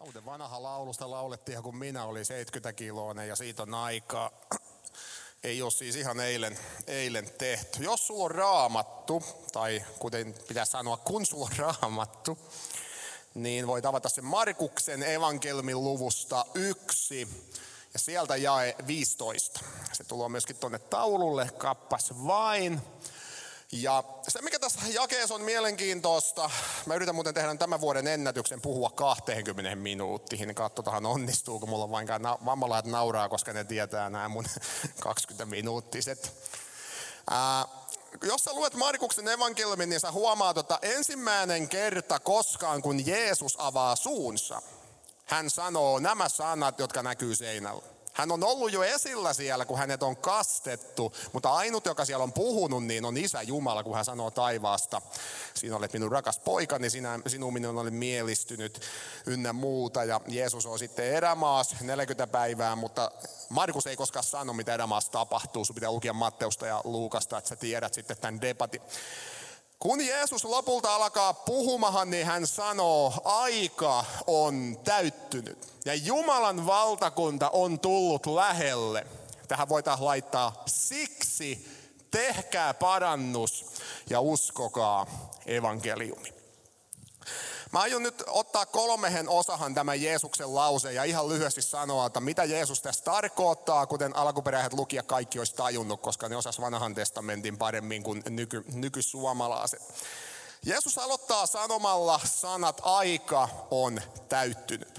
Vanha laulusta laulettiin, kun minä olin 70-kiloinen ja siitä on aikaa. Ei ole siis ihan eilen tehty. Jos sulla on raamattu, tai kuten pitäisi sanoa, kun sulla on raamattu, niin voit avata sen Markuksen evankeliumin luvusta 1 ja sieltä jae 15. Se tulee myöskin tuonne taululle, kappas vain. Ja se, mikä tässä jakeessa on mielenkiintoista, mä yritän muuten tehdä tämän vuoden ennätyksen puhua 20 minuuttiin. Katsotaan onnistuuko, mulla on vain vammalaat nauraa, koska ne tietää nämä mun 20-minuuttiset. Jos sä luet Markuksen evankeliumin, niin sä huomaat, että ensimmäinen kerta koskaan, kun Jeesus avaa suunsa, hän sanoo nämä sanat, jotka näkyy seinällä. Hän on ollut jo esillä siellä, kun hänet on kastettu, mutta ainut, joka siellä on puhunut, niin on Isä Jumala, kun hän sanoo taivaasta. Sinä olet minun rakas poikani, sinun minun olen mielistynyt ynnä muuta. Ja Jeesus on sitten erämaassa 40 päivää, mutta Markus ei koskaan sano, mitä erämaassa tapahtuu. Sun pitää lukea Matteusta ja Luukasta, että sä tiedät sitten tämän debatin. Kun Jeesus lopulta alkaa puhumahan, niin hän sanoo, aika on täyttynyt ja Jumalan valtakunta on tullut lähelle. Tähän voitaisiin laittaa, siksi tehkää parannus ja uskokaa evankeliumi. Mä aion nyt ottaa 3 osahan tämän Jeesuksen lauseen ja ihan lyhyesti sanoa, että mitä Jeesus tässä tarkoittaa, kuten alkuperäiset lukijat kaikki olisi tajunnut, koska ne osas vanhan testamentin paremmin kuin nykysuomalaiset. Jeesus aloittaa sanomalla sanat, aika on täyttynyt.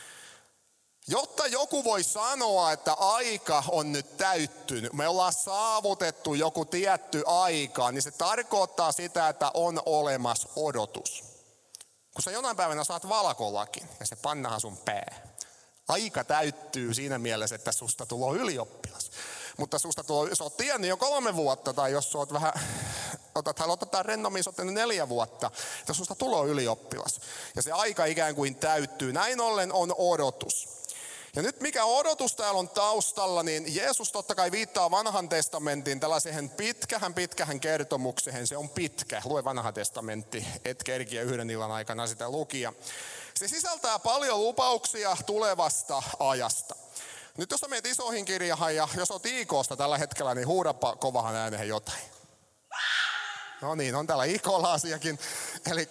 Jotta joku voi sanoa, että aika on nyt täyttynyt, me ollaan saavutettu joku tietty aika, niin se tarkoittaa sitä, että on olemassa odotus. Kun sä jonain päivänä saat valkolakin ja se pannahan sun pää. Aika täyttyy siinä mielessä, että susta tulee ylioppilas. Mutta susta tulee, sä oot tiennyt jo 3 vuotta tai jos sä oot vähän, otetaan rennommin, sä oot 4 vuotta, että susta tulee ylioppilas. Ja se aika ikään kuin täyttyy. Näin ollen on odotus. Ja nyt mikä odotus täällä on taustalla, niin Jeesus totta kai viittaa vanhan testamentin tällaiseen pitkähän kertomukseen. Se on pitkä, lue vanha testamentti, et kerkiä yhden illan aikana sitä lukia. Se sisältää paljon lupauksia tulevasta ajasta. Nyt jos sä menet isoihin kirjahan ja jos oot IK:sta tällä hetkellä, niin huudapa kovahan ääneen jotain. No niin, on täällä IK-laasiakin. Eli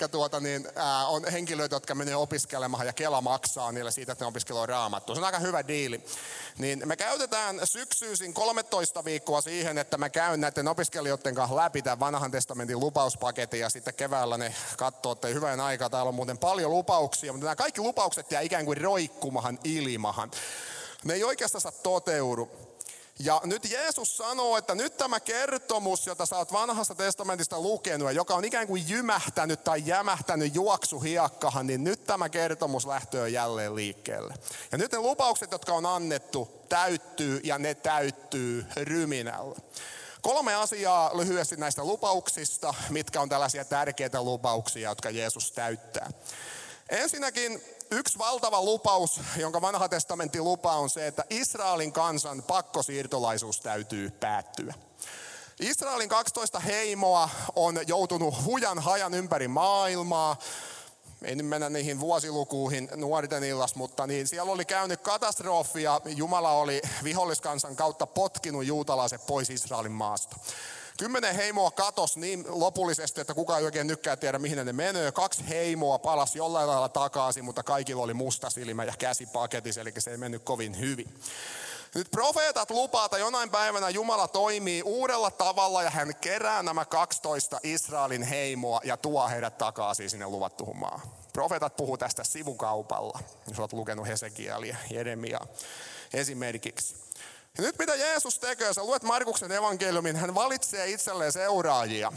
on henkilöitä, jotka menee opiskelemaan ja Kela maksaa niille siitä, että ne opiskelee raamattua. Se on aika hyvä diili. Niin me käytetään syksyisin 13 viikkoa siihen, että mä käyn näiden opiskelijoiden kanssa läpi tämän vanhan testamentin lupauspaketin ja sitten keväällä ne katsoo, että hyvän aikaa täällä on muuten paljon lupauksia, mutta nämä kaikki lupaukset jää ikään kuin roikkumahan ilmahan. Ne ei oikeastaan toteudu. Ja nyt Jeesus sanoo, että nyt tämä kertomus, jota sä oot vanhasta testamentista lukenut, ja joka on ikään kuin jymähtänyt tai jämähtänyt juoksuhiekkahan, niin nyt tämä kertomus lähtee jälleen liikkeelle. Ja nyt ne lupaukset, jotka on annettu, täyttyy ja ne täyttyy ryminällä. 3 asiaa lyhyesti näistä lupauksista, mitkä on tällaisia tärkeitä lupauksia, jotka Jeesus täyttää. Ensinnäkin yksi valtava lupaus, jonka vanha testamentti lupaa, on se, että Israelin kansan pakkosiirtolaisuus täytyy päättyä. Israelin 12 heimoa on joutunut hujan hajan ympäri maailmaa. Ei nyt mennä niihin vuosilukuihin nuorten illassa, mutta niin siellä oli käynyt katastrofi ja Jumala oli viholliskansan kautta potkinut juutalaiset pois Israelin maasta. 10 heimoa katosi niin lopullisesti, että kukaan ei oikein nytkään tiedä, mihin ne menee. 2 heimoa palasi jollain lailla takaisin, mutta kaikilla oli musta silmä ja käsi paketissa, eli se ei mennyt kovin hyvin. Nyt profeetat lupaa, että jonain päivänä Jumala toimii uudella tavalla ja hän kerää nämä 12 Israelin heimoa ja tuo heidät takaisin sinne luvattuun maahan. Profeetat puhuu tästä sivukaupalla, jos olet lukenut Hesekialia ja Jeremiaa esimerkiksi. Ja nyt mitä Jeesus tekee, sä luet Markuksen evankeliumin, hän valitsee itselleen seuraajia.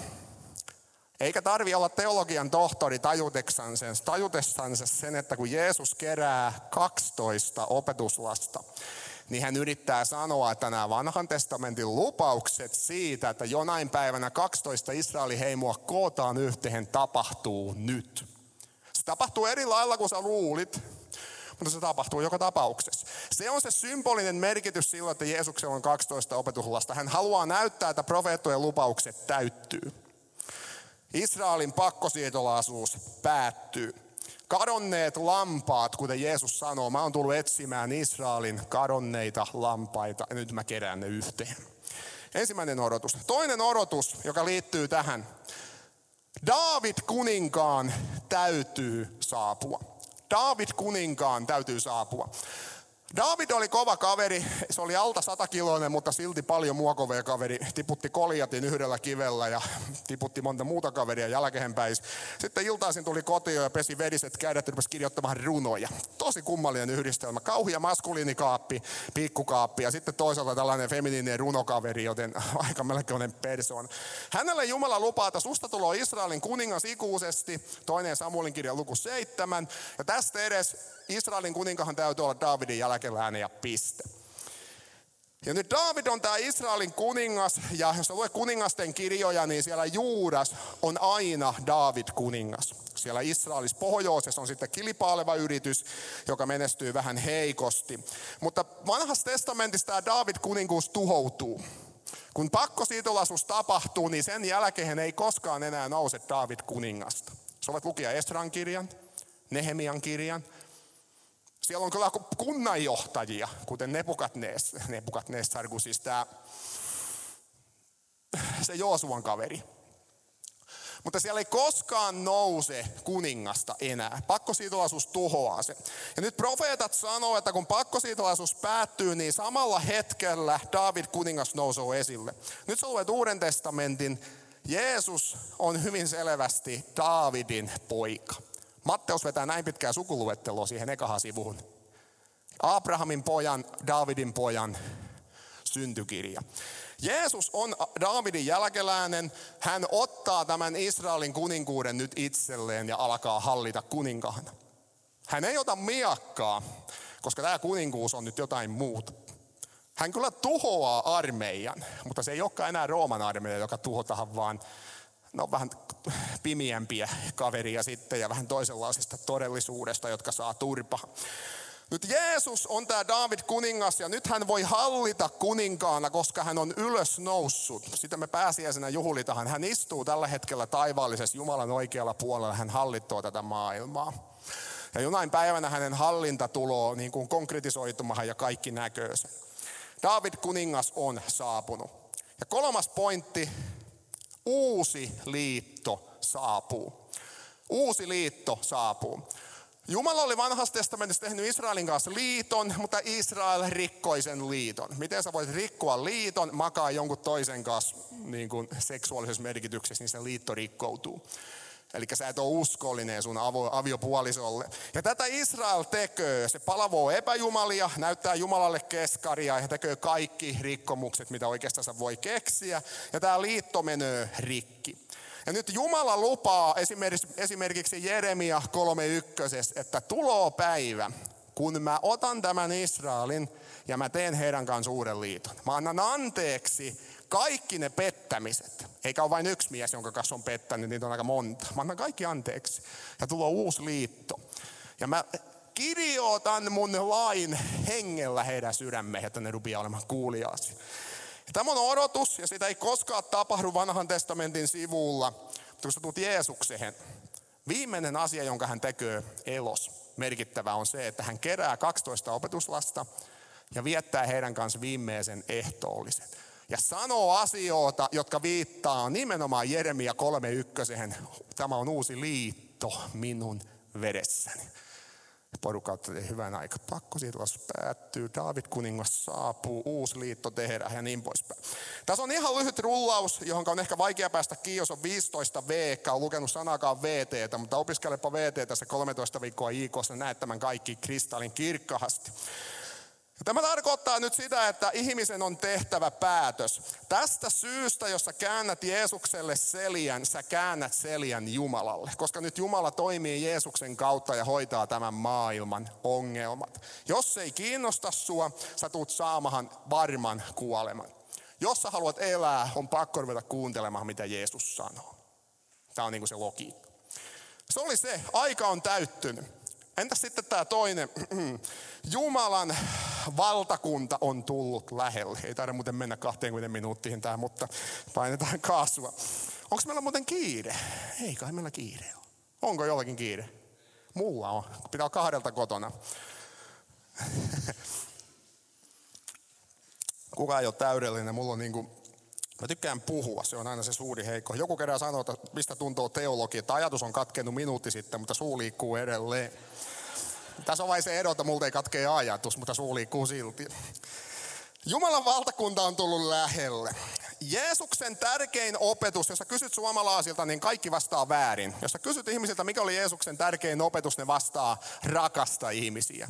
Eikä tarvi olla teologian tohtori tajutessansa sen, että kun Jeesus kerää 12 opetuslasta, niin hän yrittää sanoa, että nämä vanhan testamentin lupaukset siitä, että jonain päivänä 12 Israelin heimoa kootaan yhteen, tapahtuu nyt. Se tapahtuu eri lailla kuin sä luulit. Mutta se tapahtuu joka tapauksessa. Se on se symbolinen merkitys silloin, että Jeesuksella on 12 opetuslasta. Hän haluaa näyttää, että profeettojen lupaukset täyttyy. Israelin pakkosiirtolaisuus päättyy. kadonneet lampaat, kuten Jeesus sanoo, mä oon tullut etsimään Israelin kadonneita lampaita ja nyt mä kerään ne yhteen. Ensimmäinen odotus. Toinen odotus, joka liittyy tähän. Daavid kuninkaan täytyy saapua. Daavid kuninkaan täytyy saapua. Daavid oli kova kaveri, se oli alta 100-kiloinen, mutta silti paljon muokovea kaveri. Tiputti Goliatin yhdellä kivellä ja tiputti monta muuta kaveria jälkeenpäin. Sitten iltaisin tuli kotiin ja pesi veriset kädet ja rupesi kirjoittamaan runoja. Tosi kummallinen yhdistelmä. Kauhea maskuliinikaappi, piikkukaappi ja sitten toisaalta tällainen feminiininen runokaveri, joten aika melkoinen persoon. Hänelle Jumala lupaa, että susta tulee Israelin kuningas ikuisesti, 2 Samuelin kirjan luku 7. Ja tästä edes Israelin kuninkahan täytyy olla Daavidin jälkeläinen ja piste. Ja nyt Daavid on tämä Israelin kuningas, ja jos luet kuningasten kirjoja, niin siellä Juudas on aina Daavid kuningas. Siellä Israelissa pohjoisessa on sitten kilpaileva yritys, joka menestyy vähän heikosti. Mutta vanhassa testamentissa tämä Daavid kuninkuus tuhoutuu. Kun pakkosiirtolaisuus tapahtuu, niin sen jälkeen ei koskaan enää nouse Daavid kuningasta. Sä voit lukea Esran kirjan, Nehemian kirjan. Siellä on kyllä kunnanjohtajia, kuten Nebukadnessar, siis se Joosuan kaveri. Mutta siellä ei koskaan nouse kuningasta enää. Pakkosiirtolaisuus tuhoaa se. Ja nyt profeetat sanoo, että kun pakkosiirtolaisuus päättyy, niin samalla hetkellä Daavid kuningas nousee esille. Nyt sä luet Uuden testamentin. Jeesus on hyvin selvästi Daavidin poika. Matteus vetää näin pitkää sukuluetteloa siihen ekahan sivuun. Abrahamin pojan, Daavidin pojan syntykirja. Jeesus on Daavidin jälkeläinen. Hän ottaa tämän Israelin kuninkuuden nyt itselleen ja alkaa hallita kuninkaana. Hän ei ota miakkaa, koska tämä kuninkuus on nyt jotain muuta. Hän kyllä tuhoaa armeijan, mutta se ei olekaan enää Rooman armeija, joka tuhotaan, vaan vähän pimiämpiä kaveria sitten ja vähän toisenlaisesta todellisuudesta, jotka saa turpaa. Nyt Jeesus on tämä Daavid kuningas ja nyt hän voi hallita kuninkaana, koska hän on ylös noussut. Sitten me pääsiäisenä juhlitaan. Hän istuu tällä hetkellä taivaallisessa Jumalan oikealla puolella. Hän hallittoo tätä maailmaa. Ja jonain päivänä hänen hallinta tulee niin kuin konkretisoitumaan ja kaikki näköö sen. Daavid kuningas on saapunut. Ja 3. pointti. Uusi liitto saapuu. Uusi liitto saapuu. Jumala oli vanhassa testamentissa tehnyt Israelin kanssa liiton, mutta Israel rikkoi sen liiton. Miten sä voit rikkoa liiton, makaa jonkun toisen kanssa niin kuin seksuaalisessa merkityksessä, niin se liitto rikkoutuu. Eli sä et ole uskollinen sun aviopuolisolle. Ja tätä Israel tekee. Se palavoo epäjumalia, näyttää Jumalalle keskaria ja tekee kaikki rikkomukset, mitä oikeastaan voi keksiä. Ja tämä liitto menee rikki. Ja nyt Jumala lupaa esimerkiksi Jeremia 3:1, että tuloo päivä, kun mä otan tämän Israelin ja mä teen heidän kanssa uuden liiton. Mä annan anteeksi kaikki ne pettämiset. Eikä ole vain yksi mies, jonka kanssa on pettänyt, niitä on aika monta. Mä annan kaikki anteeksi. Ja tulee uusi liitto. Ja mä kirjoitan mun lain hengellä heidän sydämeen, että ne rupeaa olemaan kuuliaisia. Tämä on odotus, ja sitä ei koskaan tapahdu vanhan testamentin sivulla. Mutta kun sä tulet Jeesukseen, viimeinen asia, jonka hän tekee elos, merkittävä on se, että hän kerää 12 opetuslasta ja viettää heidän kanssa viimeisen ehtoollisen. Ja sanoo asioita, jotka viittaa nimenomaan Jeremia 3:1. Tämä on uusi liitto minun vedessäni. Porukat hyvän aika. Pakkosiirtolaisuus päättyy, Daavid kuningas saapuu, uusi liitto tehdään ja niin poispäin. Tässä on ihan lyhyt rullaus, johon on ehkä vaikea päästä kiinni, jos on 15 V, on lukenut sanakaan VT:tä, mutta opiskelepa VT tässä 13 viikkoa IK:ssa, näet tämän kaikki kristallin kirkkaasti. Tämä tarkoittaa nyt sitä, että ihmisen on tehtävä päätös. Tästä syystä, jos sä käännät Jeesukselle seljän, sä käännät seljän Jumalalle. Koska nyt Jumala toimii Jeesuksen kautta ja hoitaa tämän maailman ongelmat. Jos se ei kiinnosta sua, sä tulet saamahan varman kuoleman. Jos sä haluat elää, on pakko ruveta kuuntelemaan, mitä Jeesus sanoo. Tämä on niin kuin se logiikka. Se oli se, aika on täyttynyt. Entäs sitten tämä toinen? Jumalan valtakunta on tullut lähelle. Ei taida muuten mennä 20 minuuttiin tämä, mutta painetaan kaasua. Onko meillä muuten kiire? Ei kai meillä kiire ole. Onko jollakin kiire? Mulla on. Pitää olla 2 kotona. Kukaan ei ole täydellinen. Mulla on mä tykkään puhua, se on aina se suuri heikko. Joku kerran sanoo, että mistä tuntuu teologia, että ajatus on katkennut minuutti sitten, mutta suu liikkuu edelleen. Tässä on vain se ero, että multa ei katkee ajatus, mutta suu liikkuu silti. Jumalan valtakunta on tullut lähelle. Jeesuksen tärkein opetus, jos sä kysyt suomalaisilta, niin kaikki vastaa väärin. Jos sä kysyt ihmisiltä, mikä oli Jeesuksen tärkein opetus, ne vastaa rakasta ihmisiä.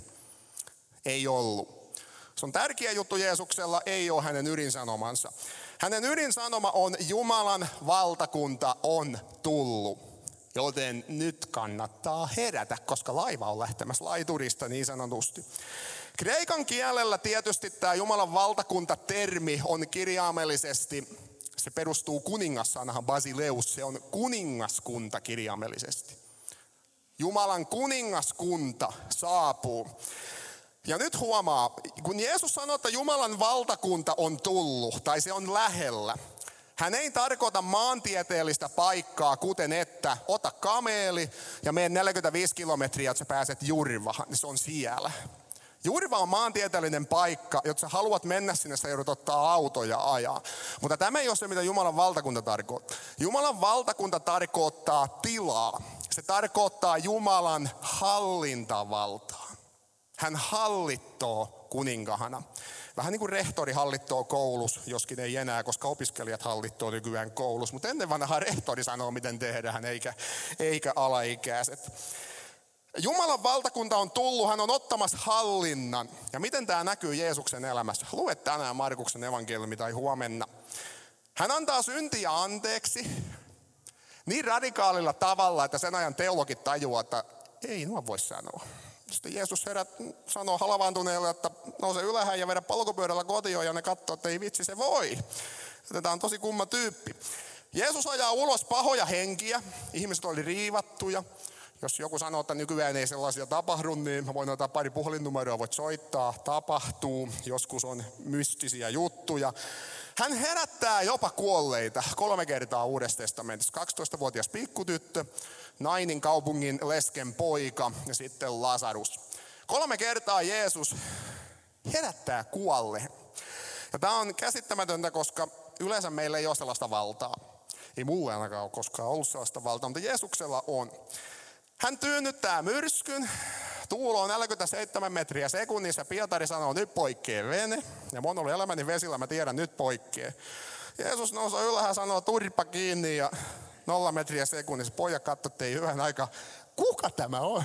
Ei ollut. Se on tärkeä juttu Jeesuksella, ei ole hänen ydinsanomansa. Hänen ydinsanoma on Jumalan valtakunta on tullut. Joten nyt kannattaa herätä, koska laiva on lähtemässä laiturista niin sanotusti. Kreikan kielellä tietysti tämä Jumalan valtakunta-termi on kirjaimellisesti, se perustuu kuningassanahan basileus, se on kuningaskunta kirjaimellisesti. Jumalan kuningaskunta saapuu. Ja nyt huomaa, kun Jeesus sanoo, että Jumalan valtakunta on tullut tai se on lähellä, hän ei tarkoita maantieteellistä paikkaa, kuten että ota kameeli ja mene 45 kilometriä, että sä pääset Jurvahan, niin se on siellä. Jurva on maantieteellinen paikka, jotta sä haluat mennä sinne, sä joudut ottaa auto ja ajaa. Mutta tämä ei ole se, mitä Jumalan valtakunta tarkoittaa. Jumalan valtakunta tarkoittaa tilaa. Se tarkoittaa Jumalan hallintavaltaa. Hän hallittoo kuninkahana. Vähän niin kuin rehtori hallittoo koulussa, joskin ei enää, koska opiskelijat hallittoo nykyään koulussa. Mutta ennen vanhaa rehtori sanoo, miten tehdään, eikä alaikäiset. Jumalan valtakunta on tullut, hän on ottamassa hallinnan. Ja miten tämä näkyy Jeesuksen elämässä? Lue tänään Markuksen evankeliumi tai huomenna. Hän antaa syntiä anteeksi niin radikaalilla tavalla, että sen ajan teologit tajuaa, että ei nuo voi sanoa. Sitten Jeesus sanoo halvaantuneelle, että nouse ylhäälle ja vedä polkupyörällä kotiin ja ne katsoo, että ei vitsi se voi. Tämä on tosi kumma tyyppi. Jeesus ajaa ulos pahoja henkiä, ihmiset oli riivattuja. Jos joku sanoo, että nykyään ei sellaisia tapahdu, niin mä voin ottaa pari puhelinnumeroa, voit soittaa, tapahtuu, joskus on mystisiä juttuja. Hän herättää jopa kuolleita 3 kertaa Uudessa testamentissa. 12-vuotias pikkutyttö, Nainin kaupungin lesken poika ja sitten Lasarus. 3 kertaa Jeesus herättää kuolleen. Ja tämä on käsittämätöntä, koska yleensä meillä ei ole sellaista valtaa. Ei mulla ainakaan ole koskaan ollut sellaista valtaa, mutta Jeesuksella on. Hän tyynnyttää myrskyn, tuulo on 47 metriä sekunnissa, Pietari sanoo, nyt poikkee vene. Ja mun on ollut elämäni vesillä, mä tiedän, nyt poikkee. Jeesus nousee ylhäällä, sanoo, turpa kiinni ja 0 metriä sekunnissa. Pojat katsottiin hyvän aikaa, kuka tämä on?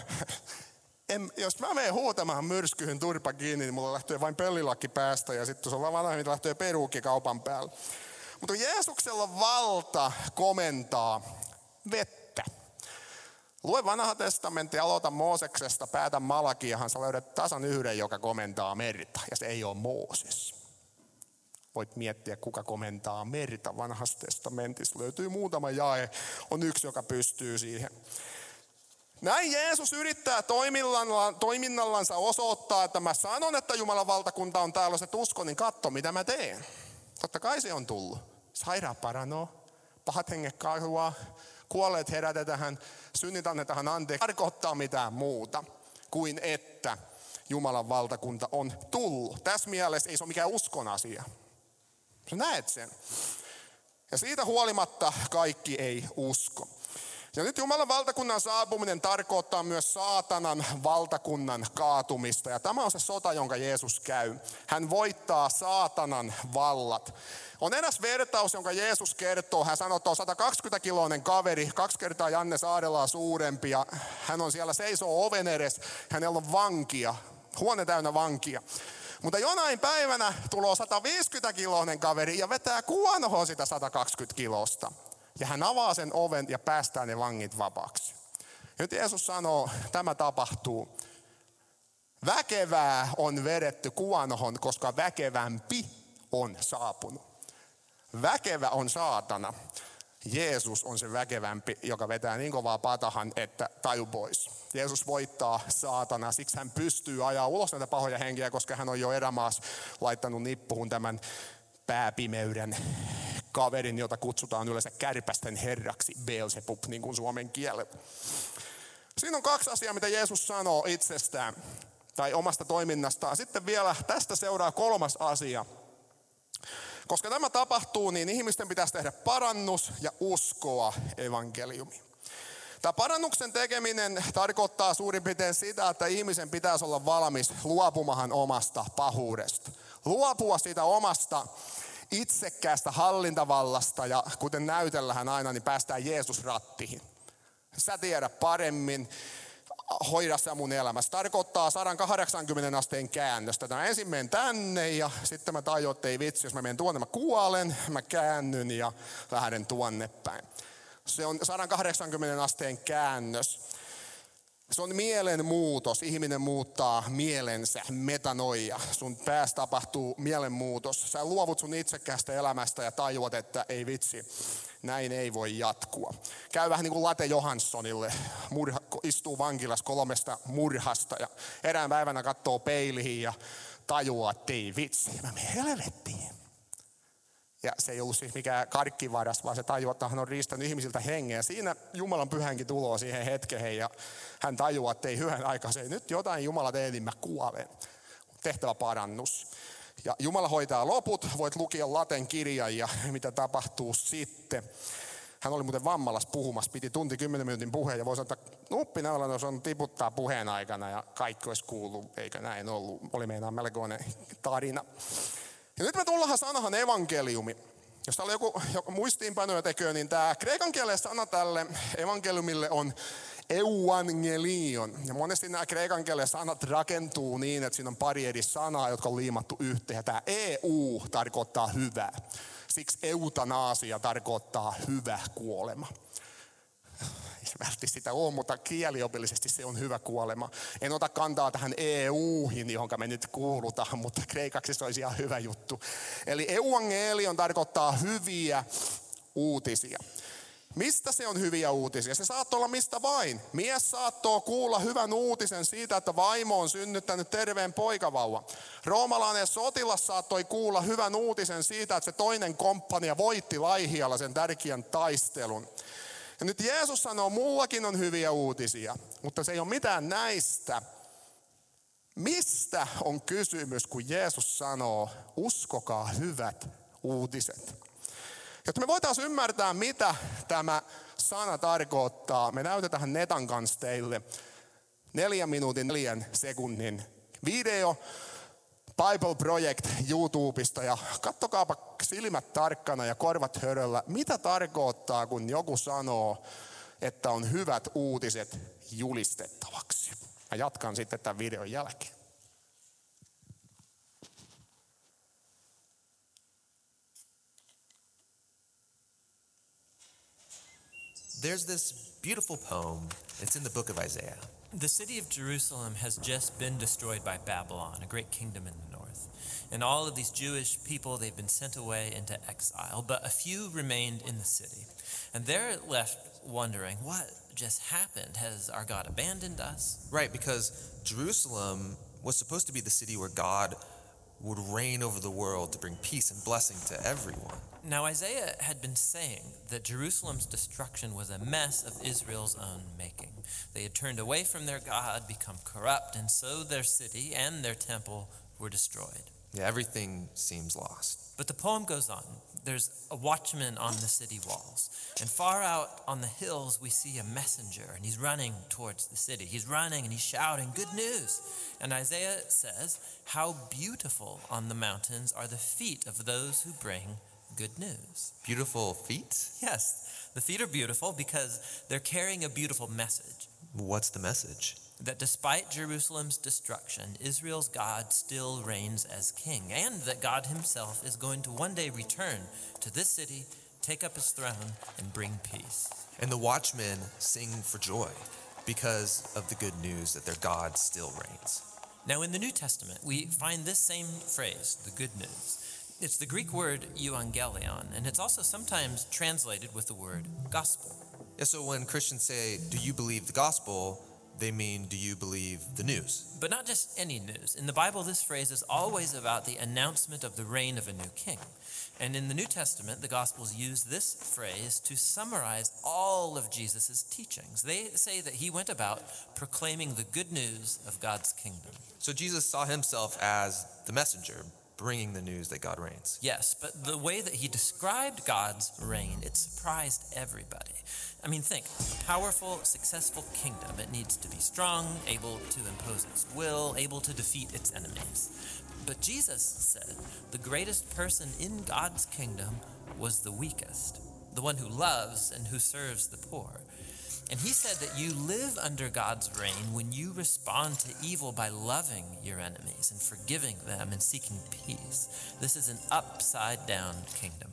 Jos mä menen huutamaan myrskyyn turpa kiinni, niin mulla lähtee vain pellilakki päästä ja sitten se on vaan vanhemmita lähtee peruukki kaupan päällä. Mutta Jeesuksella on valta komentaa vettä. Lue vanha testamentti, aloita Mooseksesta, päätä Malakiahan, sä löydät tasan yhden, joka komentaa merta, ja se ei ole Mooses. Voit miettiä, kuka komentaa merta vanhassa testamentissa. Löytyy muutama jae, on yksi, joka pystyy siihen. Näin Jeesus yrittää toiminnallansa osoittaa, että mä sanon, että Jumalan valtakunta on täällä, jos et usko, niin katso, mitä mä teen. Totta kai se on tullut. Sairaat paranoo, pahat henget kaihua, kuolleet herätetään, synnit annetaan anteeksi. Tarkoittaa mitään muuta kuin että Jumalan valtakunta on tullut. Tässä mielessä ei se ole mikään uskon asia. Sä näet sen. Ja siitä huolimatta kaikki ei usko. Ja nyt Jumalan valtakunnan saapuminen tarkoittaa myös saatanan valtakunnan kaatumista. Ja tämä on se sota, jonka Jeesus käy. Hän voittaa saatanan vallat. On eräs vertaus, jonka Jeesus kertoo. Hän sanoo, että on 120-kiloinen kaveri, 2 kertaa Janne Saarelaa suurempi. Ja hän on siellä, seisoo oven edessä. Hänellä on vankia, huone täynnä vankia. Mutta jonain päivänä tulee 150-kiloinen kaveri ja vetää kuonohon sitä 120 kilosta. Ja hän avaa sen oven ja päästää ne vangit vapaaksi. Nyt Jeesus sanoo, tämä tapahtuu. Väkevää on vedetty kuonohon, koska väkevämpi on saapunut. Väkevä on saatana. Jeesus on se väkevämpi, joka vetää niin kovaa patahan, että taju pois. Jeesus voittaa saatana, siksi hän pystyy ajaa ulos näitä pahoja henkiä, koska hän on jo erämaassa laittanut nippuun tämän pääpimeyden kaverin, jota kutsutaan yleensä kärpästen herraksi, Beelzebub, niin kuin suomen kielellä. Siinä on 2 asiaa, mitä Jeesus sanoo itsestään tai omasta toiminnastaan. Sitten vielä tästä seuraa 3. asia. Koska tämä tapahtuu, niin ihmisten pitäisi tehdä parannus ja uskoa evankeliumiin. Tämä parannuksen tekeminen tarkoittaa suurin piirtein sitä, että ihmisen pitäisi olla valmis luopumaan omasta pahuudesta. Luopua siitä omasta itsekkäästä hallintavallasta ja kuten näytellähän aina, niin päästään Jeesus rattiin. Sä tiedät paremmin, hoida sä mun elämässä. Tarkoittaa 180 asteen käännöstä. Tämä ensin menen tänne ja sitten mä tajuan, että ei vitsi, jos mä menen tuonne, mä kuolen, mä käännyn ja lähden tuonne päin. Se on 180 asteen käännös. Se on mielenmuutos. Ihminen muuttaa mielensä, metanoia. Sun päässä tapahtuu mielenmuutos. Sä luovut sun itsekkäästä elämästä ja tajuat, että ei vitsi, näin ei voi jatkua. Käy vähän niin kuin Late Johanssonille. Istuu vankilassa 3 murhasta ja erään päivänä katsoo peiliin ja tajuaa, että ei vitsi, mä menen helvettiin. Ja se ei ollut siis mikään karkkivaras, vaan se tajuaa, että hän on riistänyt ihmisiltä hengen. Ja siinä Jumalan pyhänkin tuloa siihen hetkeen ja hän tajuaa, että ei hyvän aikaa se nyt jotain Jumala tee, niin mä kuolen. Tehtävä parannus. Ja Jumala hoitaa loput, voit lukea Laten kirjan ja mitä tapahtuu sitten. Hän oli muuten vammalas puhumassa, piti tunti 10 minuutin puheen ja voisi ottaa nuppinaulan, jos on tiputtaa puheen aikana ja kaikki olisi kuullut, eikä näin ollut. Oli meinaan melkoinen tarina. Ja nyt me tullaan sanahan evankeliumi. Jos täällä joku muistiinpanoja tekee, niin tämä kreikan kielen sana tälle evankeliumille on euangelion. Ja monesti nämä kreikan kielen sanat rakentuu niin, että siinä on pari eri sanaa, jotka on liimattu yhteen. Ja tämä EU tarkoittaa hyvää. Siksi eutanaasia tarkoittaa hyvä kuolema. Ei se välttämättä sitä ole, mutta kieliopillisesti se on hyvä kuolema. En ota kantaa tähän EU:hin, johon me nyt kuulutaan, mutta kreikaksi se olisi ihan hyvä juttu. Eli euangelion tarkoittaa hyviä uutisia. Mistä se on hyviä uutisia? Se saattoi olla mistä vain. Mies saattoi kuulla hyvän uutisen siitä, että vaimo on synnyttänyt terveen poikavauvan. Roomalainen sotilas saattoi kuulla hyvän uutisen siitä, että se toinen komppania voitti Laihialla sen tärkeän taistelun. Ja nyt Jeesus sanoo, mullakin on hyviä uutisia, mutta se ei ole mitään näistä. Mistä on kysymys, kun Jeesus sanoo, uskokaa hyvät uutiset? Jotta me voitaisiin ymmärtää, mitä tämä sana tarkoittaa, me näytetään Netan kanssa teille 4 minuutin 4 sekunnin video Bible Project YouTubesta ja kattokaapa silmät tarkkana ja korvat höröllä, mitä tarkoittaa, kun joku sanoo, että on hyvät uutiset julistettavaksi. Mä jatkan sitten tämän videon jälkeen. There's this beautiful poem. It's in the book of Isaiah. The city of Jerusalem has just been destroyed by Babylon, a great kingdom in the north. And all of these Jewish people, they've been sent away into exile, but a few remained in the city. And they're left wondering, what just happened? Has our God abandoned us? Right, because Jerusalem was supposed to be the city where God would reign over the world to bring peace and blessing to everyone. Now, Isaiah had been saying that Jerusalem's destruction was a mess of Israel's own making. They had turned away from their God, become corrupt, and so their city and their temple were destroyed. Yeah, everything seems lost. But the poem goes on. There's a watchman on the city walls. And far out on the hills, we see a messenger, and he's running towards the city. He's running and he's shouting, good news. And Isaiah says, how beautiful on the mountains are the feet of those who bring good news. Beautiful feet? Yes, the feet are beautiful because they're carrying a beautiful message. What's the message? That despite Jerusalem's destruction, Israel's God still reigns as king, and that God himself is going to one day return to this city, take up his throne, and bring peace. And the watchmen sing for joy because of the good news that their God still reigns. Now in the New Testament, we find this same phrase, the good news. It's the Greek word euangelion, and it's also sometimes translated with the word gospel. Yeah, so when Christians say, do you believe the gospel? they mean, do you believe the news? But not just any news. In the Bible, this phrase is always about the announcement of the reign of a new king. And in the New Testament, the Gospels use this phrase to summarize all of Jesus' teachings. They say that he went about proclaiming the good news of God's kingdom. So Jesus saw himself as the messenger, bringing the news that God reigns. Yes, but the way that he described God's reign, it surprised everybody. I mean, think, a powerful, successful kingdom. It needs to be strong, able to impose its will, able to defeat its enemies. But Jesus said the greatest person in God's kingdom was the weakest, the one who loves and who serves the poor. And he said that you live under God's reign when you respond to evil by loving your enemies and forgiving them and seeking peace. This is an upside-down kingdom.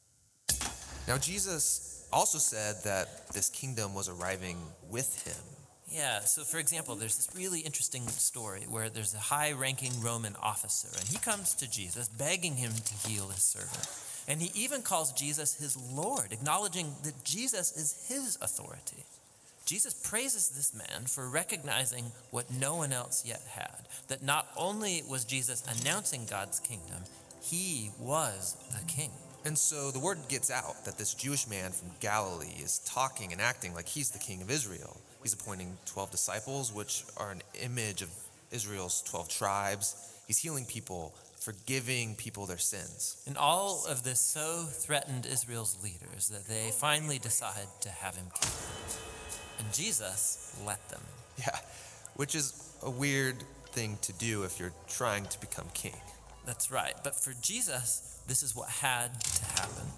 Now, Jesus also said that this kingdom was arriving with him. Yeah, so for example, there's this really interesting story where there's a high-ranking Roman officer, and he comes to Jesus begging him to heal his servant. And he even calls Jesus his Lord, acknowledging that Jesus is his authority. Jesus praises this man for recognizing what no one else yet had, that not only was Jesus announcing God's kingdom, he was the king. And so the word gets out that this Jewish man from Galilee is talking and acting like he's the king of Israel. He's appointing 12 disciples, which are an image of Israel's 12 tribes. He's healing people, forgiving people their sins. And all of this so threatened Israel's leaders that they finally decide to have him killed. And Jesus let them. Yeah, which is a weird thing to do if you're trying to become king. That's right. But for Jesus, this is what had to happen.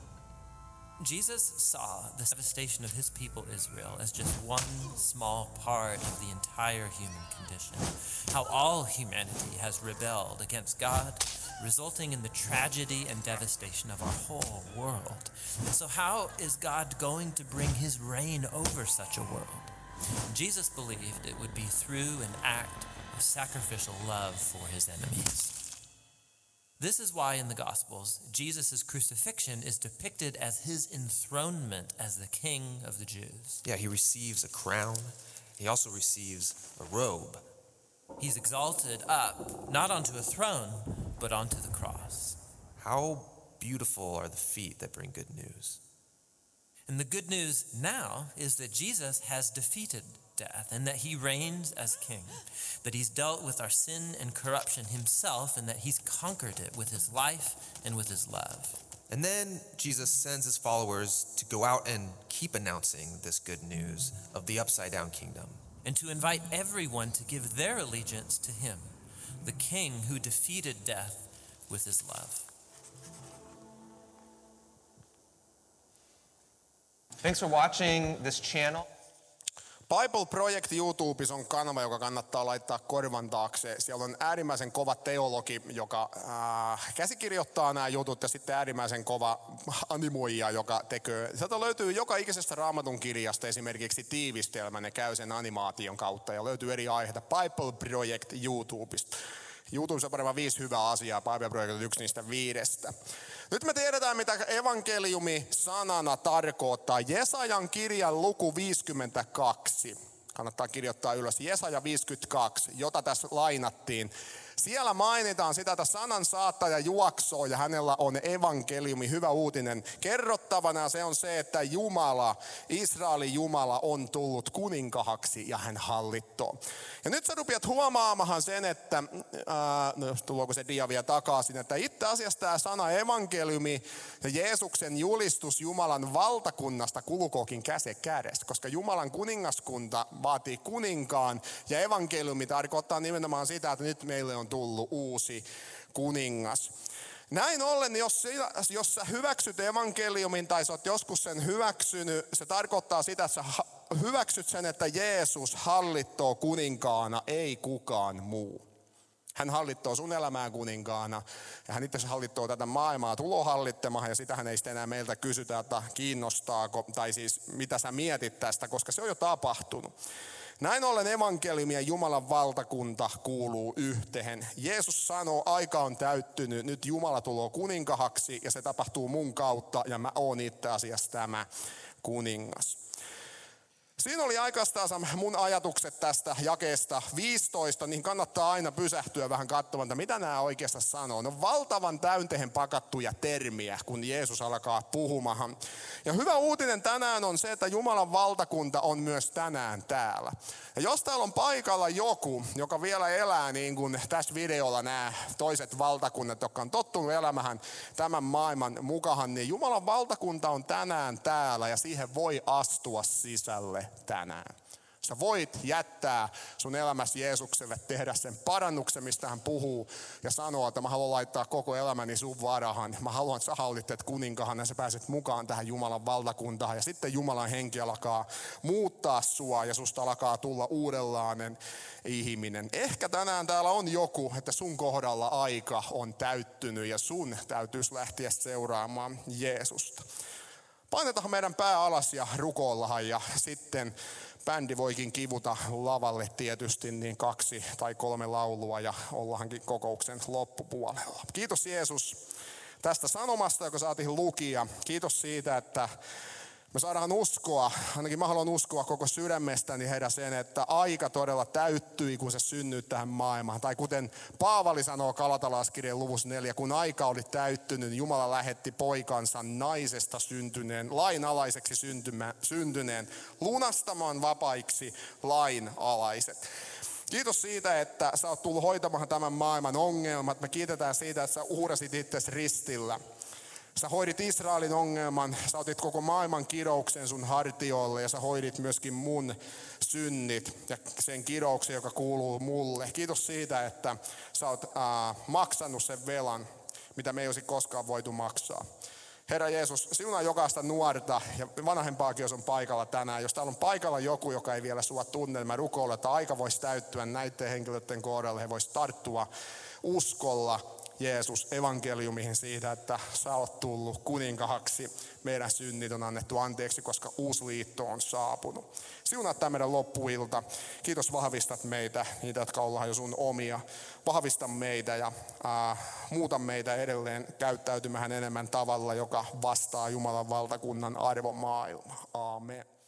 Jesus saw the devastation of his people Israel as just one small part of the entire human condition. How all humanity has rebelled against God, resulting in the tragedy and devastation of our whole world. And so how is God going to bring his reign over such a world? Jesus believed it would be through an act of sacrificial love for his enemies. This is why in the Gospels, Jesus' crucifixion is depicted as his enthronement as the King of the Jews. Yeah, he receives a crown. He also receives a robe. He's exalted up, not onto a throne, but onto the cross. How beautiful are the feet that bring good news. And the good news now is that Jesus has defeated death and that he reigns as king, that he's dealt with our sin and corruption himself and that he's conquered it with his life and with his love. And then Jesus sends his followers to go out and keep announcing this good news of the upside-down kingdom. And to invite everyone to give their allegiance to him, the king who defeated death with his love. Thanks for watching this channel. Bible Project YouTubessa on kanava, joka kannattaa laittaa korvan taakse. Siellä on äärimmäisen kova teologi, joka käsikirjoittaa nämä jutut, ja sitten äärimmäisen kova animoija, joka tekee. Sieltä löytyy joka ikisestä Raamatun kirjasta esimerkiksi tiivistelmä, ne käy sen animaation kautta, ja löytyy eri aiheita. Bible Project YouTubesta. YouTubessa on varmaan 5 hyvää asiaa, Bible Project on yksi niistä 5. Nyt me tiedetään, mitä evankeliumi sanana tarkoittaa. Jesajan kirjan luku 52. Kannattaa kirjoittaa ylös. Jesaja 52, jota tässä lainattiin. Siellä mainitaan sitä, että sanan saattaja juoksoo ja hänellä on evankeliumi, hyvä uutinen kerrottavana. Se on se, että Jumala, Israelin Jumala on tullut kuninkahaksi ja hän hallittoo. Ja nyt sä rupeat huomaamahan sen, että, tuloako se dia vielä takaisin, että itse asiassa tämä sana evankeliumi ja Jeesuksen julistus Jumalan valtakunnasta kulkookin käsi kädessä, koska Jumalan kuningaskunta vaatii kuninkaan ja evankeliumi tarkoittaa nimenomaan sitä, että nyt meille on tullut uusi kuningas. Näin ollen, jos sä hyväksyt evankeliumin tai sä oot joskus sen hyväksynyt, se tarkoittaa sitä, että sä hyväksyt sen, että Jeesus hallittoo kuninkaana, ei kukaan muu. Hän hallittoo sun elämää kuninkaana ja hän itse hallittoo tätä maailmaa tulohallittamaan ja sitähän ei sitten enää meiltä kysytä, että kiinnostaako tai siis mitä sä mietit tästä, koska se on jo tapahtunut. Näin ollen evankeliumi ja Jumalan valtakunta kuuluu yhteen. Jeesus sanoo, aika on täyttynyt, nyt Jumala tulee kuninkahaksi ja se tapahtuu mun kautta ja mä oon itse asiassa tämä kuningas. Siinä oli oikeastaan mun ajatukset tästä jakeesta 15, niin kannattaa aina pysähtyä vähän katsomaan, että mitä nämä oikeastaan sanoo. Ne on valtavan täyntehen pakattuja termiä, kun Jeesus alkaa puhumaan. Ja hyvä uutinen tänään on se, että Jumalan valtakunta on myös tänään täällä. Ja jos täällä on paikalla joku, joka vielä elää niin kuin tässä videolla nämä toiset valtakunnat, jotka on tottunut elämään tämän maailman mukaan, niin Jumalan valtakunta on tänään täällä ja siihen voi astua sisälle tänään. Sä voit jättää sun elämäsi Jeesukselle, tehdä sen parannuksen, mistä hän puhuu ja sanoa, että mä haluan laittaa koko elämäni sun varahan. Mä haluan, että sä hallitset kuninkahan ja sä pääset mukaan tähän Jumalan valtakuntaan. Ja sitten Jumalan henki alkaa muuttaa sua ja susta alkaa tulla uudenlainen ihminen. Ehkä tänään täällä on joku, että sun kohdalla aika on täyttynyt ja sun täytyisi lähteä seuraamaan Jeesusta. Painetaan meidän pää alas ja rukoillaan ja sitten bändi voikin kivuta lavalle tietysti niin 2 tai 3 laulua ja ollaankin kokouksen loppupuolella. Kiitos Jeesus tästä sanomasta, joka saatiin lukia. Kiitos siitä, että me saadaan uskoa, ainakin mä haluan uskoa koko sydämestäni heidän sen, että aika todella täyttyi, kun se synnyt tähän maailmaan. Tai kuten Paavali sanoo Galatalaiskirjeen luvussa 4, kun aika oli täyttynyt, Jumala lähetti poikansa naisesta syntyneen, lainalaiseksi syntyneen, lunastamaan vapaiksi lainalaiset. Kiitos siitä, että sä oot tullut hoitamaan tämän maailman ongelmat. Me kiitetään siitä, että sä uhrasit itsesi ristillä. Sä hoidit Israelin ongelman, sä otit koko maailman kirouksen sun hartioille ja sä hoidit myöskin mun synnit ja sen kirouksen, joka kuuluu mulle. Kiitos siitä, että sä oot maksanut sen velan, mitä me ei olisi koskaan voitu maksaa. Herra Jeesus, siunaa jokaista nuorta ja vanhempaakin, jos on paikalla tänään. Jos täällä on paikalla joku, joka ei vielä sua tunne, niin mä rukoilen, että aika voisi täyttyä näiden henkilöiden kohdalle. He voisi tarttua uskolla Jeesus evankeliumihin siitä, että sä oot tullut kuninkahaksi. Meidän synnit on annettu anteeksi, koska uusi liitto on saapunut. Siunaa tämä meidän loppuilta. Kiitos, vahvistat meitä, niitä, jotka ollaan jo sun omia. Vahvista meitä ja muuta meitä edelleen käyttäytymään enemmän tavalla, joka vastaa Jumalan valtakunnan arvomaailmaa. Aamen.